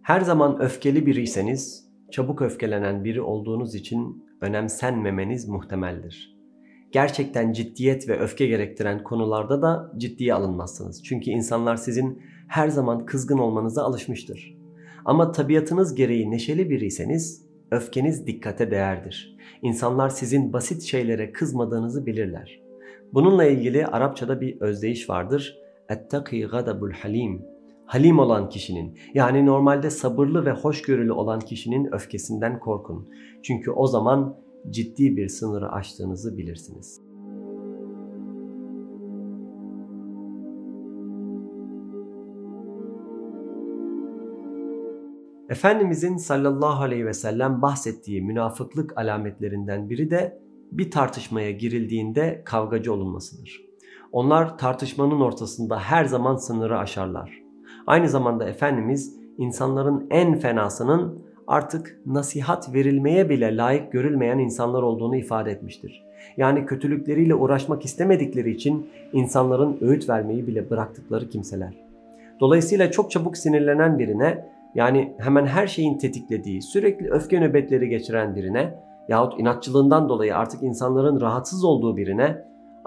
Her zaman öfkeli biriyseniz, çabuk öfkelenen biri olduğunuz için önemsenmemeniz muhtemeldir. Gerçekten ciddiyet ve öfke gerektiren konularda da ciddiye alınmazsınız. Çünkü insanlar sizin her zaman kızgın olmanıza alışmıştır. Ama tabiatınız gereği neşeli biriyseniz, öfkeniz dikkate değerdir. İnsanlar sizin basit şeylere kızmadığınızı bilirler. Bununla ilgili Arapçada bir özdeyiş vardır. Ettaki gadabul halim. Halim olan kişinin, yani normalde sabırlı ve hoşgörülü olan kişinin öfkesinden korkun. Çünkü o zaman ciddi bir sınırı aştığınızı bilirsiniz. Efendimizin sallallahu aleyhi ve sellem bahsettiği münafıklık alametlerinden biri de bir tartışmaya girildiğinde kavgacı olunmasıdır. Onlar tartışmanın ortasında her zaman sınırı aşarlar. Aynı zamanda Efendimiz insanların en fenasının artık nasihat verilmeye bile layık görülmeyen insanlar olduğunu ifade etmiştir. Yani kötülükleriyle uğraşmak istemedikleri için insanların öğüt vermeyi bile bıraktıkları kimseler. Dolayısıyla çok çabuk sinirlenen birine, yani hemen her şeyin tetiklediği, sürekli öfke nöbetleri geçiren birine yahut inatçılığından dolayı artık insanların rahatsız olduğu birine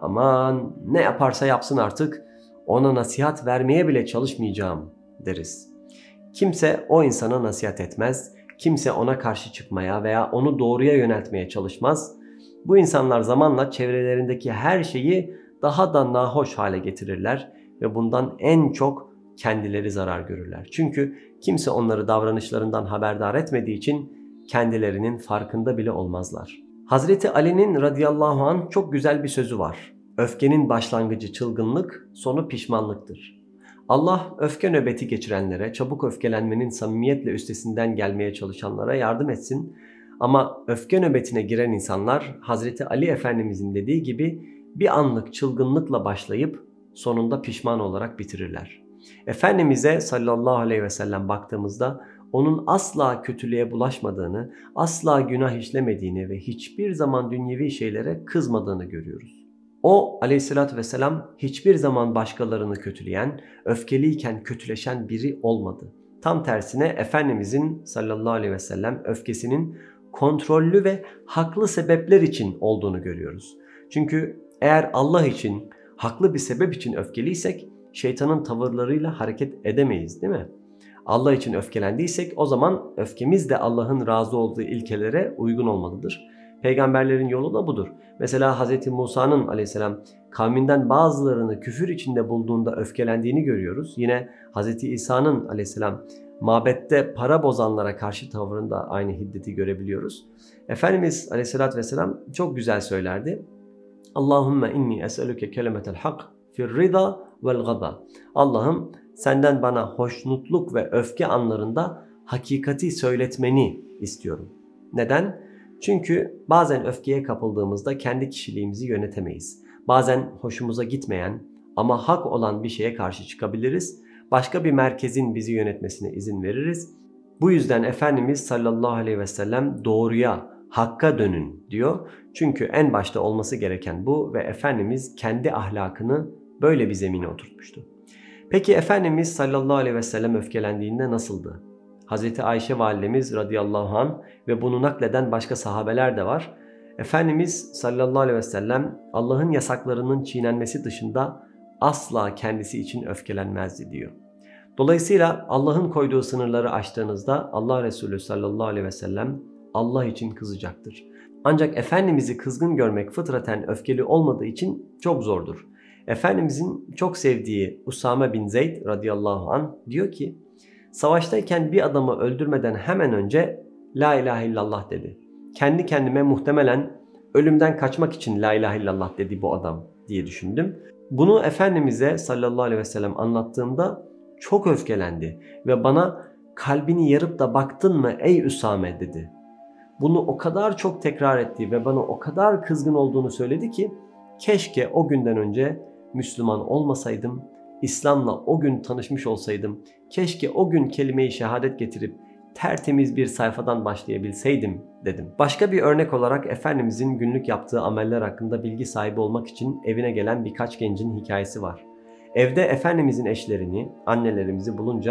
aman ne yaparsa yapsın artık ona nasihat vermeye bile çalışmayacağım deriz. Kimse o insana nasihat etmez, kimse ona karşı çıkmaya veya onu doğruya yöneltmeye çalışmaz. Bu insanlar zamanla çevrelerindeki her şeyi daha da nahoş hale getirirler ve bundan en çok kendileri zarar görürler. Çünkü kimse onları davranışlarından haberdar etmediği için kendilerinin farkında bile olmazlar. Hazreti Ali'nin radıyallahu anh çok güzel bir sözü var. Öfkenin başlangıcı çılgınlık, sonu pişmanlıktır. Allah öfke nöbeti geçirenlere, çabuk öfkelenmenin samimiyetle üstesinden gelmeye çalışanlara yardım etsin. Ama öfke nöbetine giren insanlar Hazreti Ali Efendimizin dediği gibi bir anlık çılgınlıkla başlayıp sonunda pişman olarak bitirirler. Efendimiz'e sallallahu aleyhi ve sellem baktığımızda onun asla kötülüğe bulaşmadığını, asla günah işlemediğini ve hiçbir zaman dünyevi şeylere kızmadığını görüyoruz. O aleyhissalatü vesselam hiçbir zaman başkalarını kötüleyen, öfkeliyken kötüleşen biri olmadı. Tam tersine Efendimizin sallallahu aleyhi ve sellem öfkesinin kontrollü ve haklı sebepler için olduğunu görüyoruz. Çünkü eğer Allah için, haklı bir sebep için öfkeliysek şeytanın tavırlarıyla hareket edemeyiz, değil mi? Allah için öfkelendiysek o zaman öfkemiz de Allah'ın razı olduğu ilkelere uygun olmalıdır. Peygamberlerin yolu da budur. Mesela Hz. Musa'nın aleyhisselam kavminden bazılarını küfür içinde bulduğunda öfkelendiğini görüyoruz. Yine Hz. İsa'nın aleyhisselam mabette para bozanlara karşı tavrında aynı hiddeti görebiliyoruz. Efendimiz aleyhissalatü vesselam çok güzel söylerdi. Allahümme inni es'elüke kelimetel hak fir rida vel gada. Allah'ım senden bana hoşnutluk ve öfke anlarında hakikati söyletmeni istiyorum. Neden? Çünkü bazen öfkeye kapıldığımızda kendi kişiliğimizi yönetemeyiz. Bazen hoşumuza gitmeyen ama hak olan bir şeye karşı çıkabiliriz. Başka bir merkezin bizi yönetmesine izin veririz. Bu yüzden Efendimiz sallallahu aleyhi ve sellem doğruya, hakka dönün diyor. Çünkü en başta olması gereken bu ve Efendimiz kendi ahlakını böyle bir zemine oturtmuştu. Peki Efendimiz sallallahu aleyhi ve sellem öfkelendiğinde nasıldı? Hazreti Ayşe validemiz radıyallahu anh ve bunu nakleden başka sahabeler de var. Efendimiz sallallahu aleyhi ve sellem Allah'ın yasaklarının çiğnenmesi dışında asla kendisi için öfkelenmezdi diyor. Dolayısıyla Allah'ın koyduğu sınırları aştığınızda Allah Resulü sallallahu aleyhi ve sellem Allah için kızacaktır. Ancak Efendimiz'i kızgın görmek fıtraten öfkeli olmadığı için çok zordur. Efendimizin çok sevdiği Usame bin Zeyd radıyallahu anh diyor ki, savaştayken bir adamı öldürmeden hemen önce La ilahe illallah dedi. Kendi kendime muhtemelen ölümden kaçmak için La ilahe illallah dedi bu adam diye düşündüm. Bunu Efendimiz'e sallallahu aleyhi ve sellem anlattığımda çok öfkelendi ve bana kalbini yarıp da baktın mı ey Usame dedi. Bunu o kadar çok tekrar etti ve bana o kadar kızgın olduğunu söyledi ki keşke o günden önce Müslüman olmasaydım, İslam'la o gün tanışmış olsaydım, keşke o gün kelime-i şehadet getirip tertemiz bir sayfadan başlayabilseydim dedim. Başka bir örnek olarak Efendimizin günlük yaptığı ameller hakkında bilgi sahibi olmak için evine gelen birkaç gencin hikayesi var. Evde Efendimizin eşlerini, annelerimizi bulunca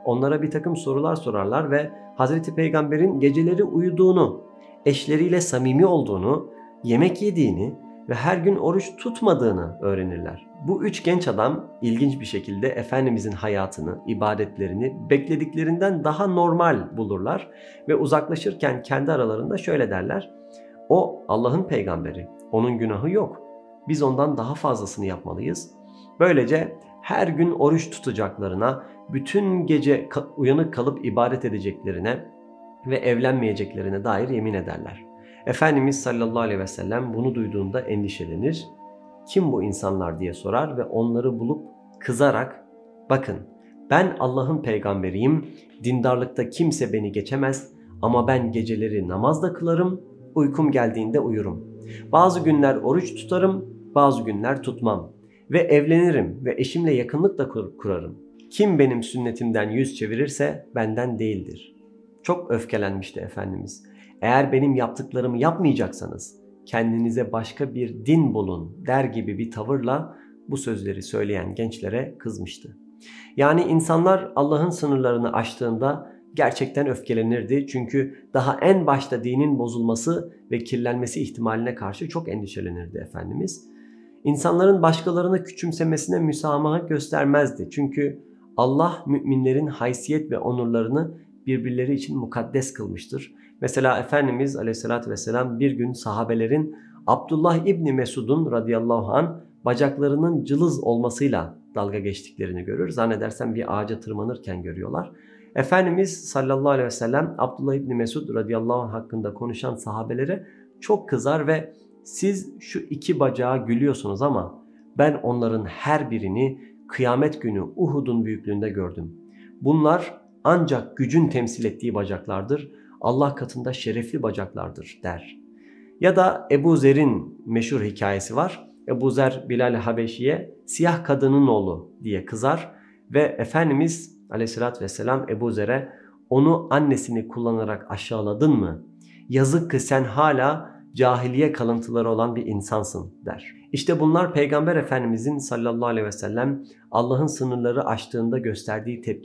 onlara bir takım sorular sorarlar ve Hazreti Peygamber'in geceleri uyuduğunu, eşleriyle samimi olduğunu, yemek yediğini ve her gün oruç tutmadığını öğrenirler. Bu üç genç adam ilginç bir şekilde Efendimizin hayatını, ibadetlerini beklediklerinden daha normal bulurlar ve uzaklaşırken kendi aralarında şöyle derler: "O Allah'ın peygamberi, onun günahı yok. Biz ondan daha fazlasını yapmalıyız." Böylece her gün oruç tutacaklarına, bütün gece uyanık kalıp ibadet edeceklerine ve evlenmeyeceklerine dair yemin ederler. Efendimiz sallallahu aleyhi ve sellem bunu duyduğunda endişelenir. "Kim bu insanlar?" diye sorar ve onları bulup kızarak, "Bakın, ben Allah'ın peygamberiyim, dindarlıkta kimse beni geçemez ama ben geceleri namazda kılarım, uykum geldiğinde uyurum. Bazı günler oruç tutarım, bazı günler tutmam ve evlenirim ve eşimle yakınlık da kurarım. Kim benim sünnetimden yüz çevirirse benden değildir." Çok öfkelenmişti Efendimiz. "Eğer benim yaptıklarımı yapmayacaksanız kendinize başka bir din bulun" der gibi bir tavırla bu sözleri söyleyen gençlere kızmıştı. Yani insanlar Allah'ın sınırlarını aştığında gerçekten öfkelenirdi. Çünkü daha en başta dinin bozulması ve kirlenmesi ihtimaline karşı çok endişelenirdi Efendimiz. İnsanların başkalarını küçümsemesine müsamaha göstermezdi. Çünkü Allah müminlerin haysiyet ve onurlarını birbirleri için mukaddes kılmıştır. Mesela Efendimiz Aleyhisselatü Vesselam bir gün sahabelerin Abdullah İbni Mesud'un radıyallahu anh bacaklarının cılız olmasıyla dalga geçtiklerini görür. Zannedersem bir ağaca tırmanırken görüyorlar. Efendimiz sallallahu aleyhi ve sellem Abdullah İbni Mesud radıyallahu anh hakkında konuşan sahabelere çok kızar ve "Siz şu iki bacağa gülüyorsunuz ama ben onların her birini kıyamet günü Uhud'un büyüklüğünde gördüm. Bunlar ancak gücün temsil ettiği bacaklardır. Allah katında şerefli bacaklardır" der. Ya da Ebu Zer'in meşhur hikayesi var. Ebu Zer Bilal-i Habeşi'ye "Siyah kadının oğlu" diye kızar ve Efendimiz Aleyhisselatü Vesselam Ebu Zer'e "Onu annesini kullanarak aşağıladın mı? Yazık ki sen hala cahiliye kalıntıları olan bir insansın" der. İşte bunlar Peygamber Efendimizin sallallahu aleyhi ve sellem Allah'ın sınırları aştığında gösterdiği tepki